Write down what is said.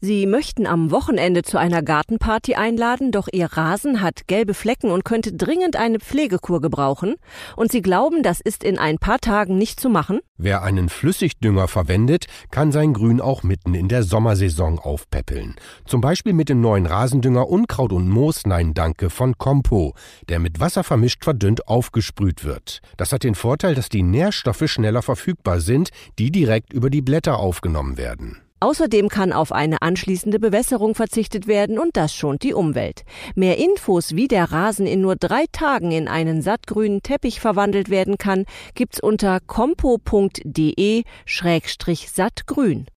Sie möchten am Wochenende zu einer Gartenparty einladen, doch Ihr Rasen hat gelbe Flecken und könnte dringend eine Pflegekur gebrauchen. Und Sie glauben, das ist in ein paar Tagen nicht zu machen? Wer einen Flüssigdünger verwendet, kann sein Grün auch mitten in der Sommersaison aufpäppeln. Zum Beispiel mit dem neuen Rasendünger Unkraut und Moos Nein Danke von Compo, der mit Wasser vermischt verdünnt aufgesprüht wird. Das hat den Vorteil, dass die Nährstoffe schneller verfügbar sind, die direkt über die Blätter aufgenommen werden. Außerdem kann auf eine anschließende Bewässerung verzichtet werden und das schont die Umwelt. Mehr Infos, wie der Rasen in nur 3 Tagen in einen sattgrünen Teppich verwandelt werden kann, gibt's unter compo.de/sattgrün.